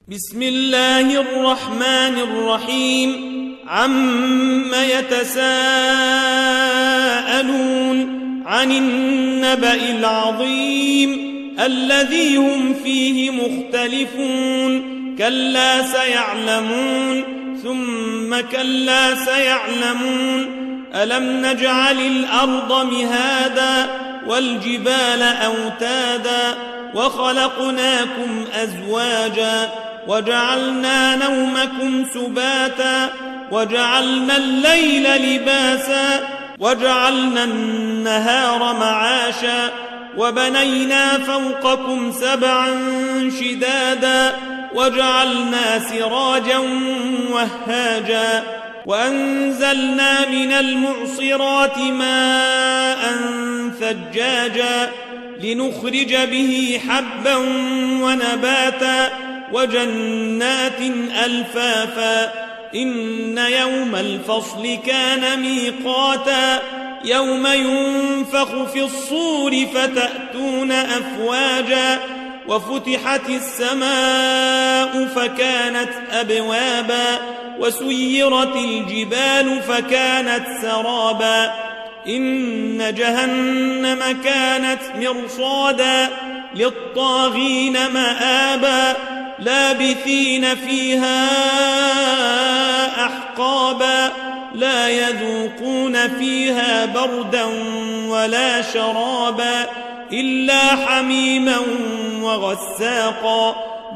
بسم الله الرحمن الرحيم عم يتساءلون عن النبأ العظيم الذي هم فيه مختلفون كلا سيعلمون ثم كلا سيعلمون ألم نجعل الأرض مهادا والجبال أوتادا وخلقناكم أزواجا وجعلنا نومكم سباتا وجعلنا الليل لباسا وجعلنا النهار معاشا وبنينا فوقكم سبعا شدادا وجعلنا سراجا وهاجا وأنزلنا من المعصرات ماء ثجاجا لنخرج به حبا ونباتا وجنات ألفافا إن يوم الفصل كان ميقاتا يوم ينفخ في الصور فتأتون أفواجا وفتحت السماء فكانت أبوابا وسيرت الجبال فكانت سرابا إن جهنم كانت مرصادا للطاغين مآبا لابثين فيها أحقابا لا يذوقون فيها بردا ولا شرابا إلا حميما وغساقا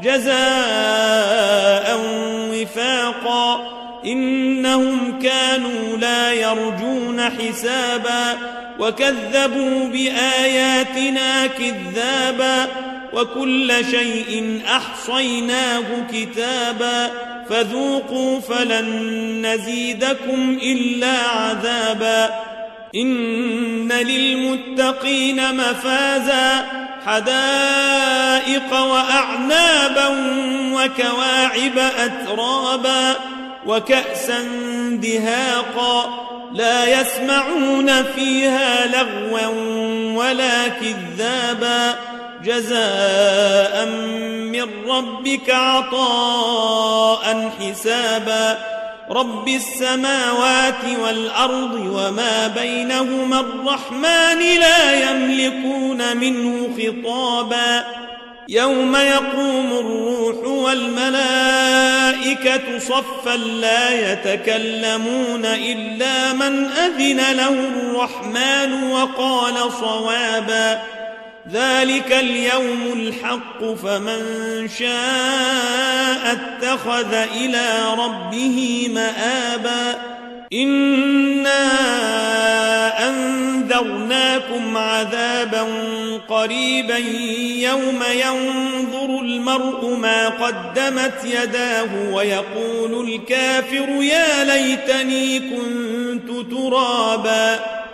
جزاء وفاقا إنهم كانوا لا يرجون حسابا وكذبوا بآياتنا كذابا وكل شيء أحصيناه كتابا فذوقوا فلن نزيدكم إلا عذابا إن للمتقين مفازا حدائق وأعنابا وكواعب أترابا وكأسا دهاقا لا يسمعون فيها لغوا ولا كذابا جزاء من ربك عطاء حسابا رب السماوات والأرض وما بينهما الرحمن لا يملكون منه خطابا يوم يقوم الروح والملائكة صفا لا يتكلمون إلا من أذن له الرحمن وقال صوابا ذلك اليوم الحق فمن شاء اتخذ إلى ربه مآبا إنا أنذرناكم عذابا قريبا يوم ينظر المرء ما قدمت يداه ويقول الكافر يا ليتني كنت ترابا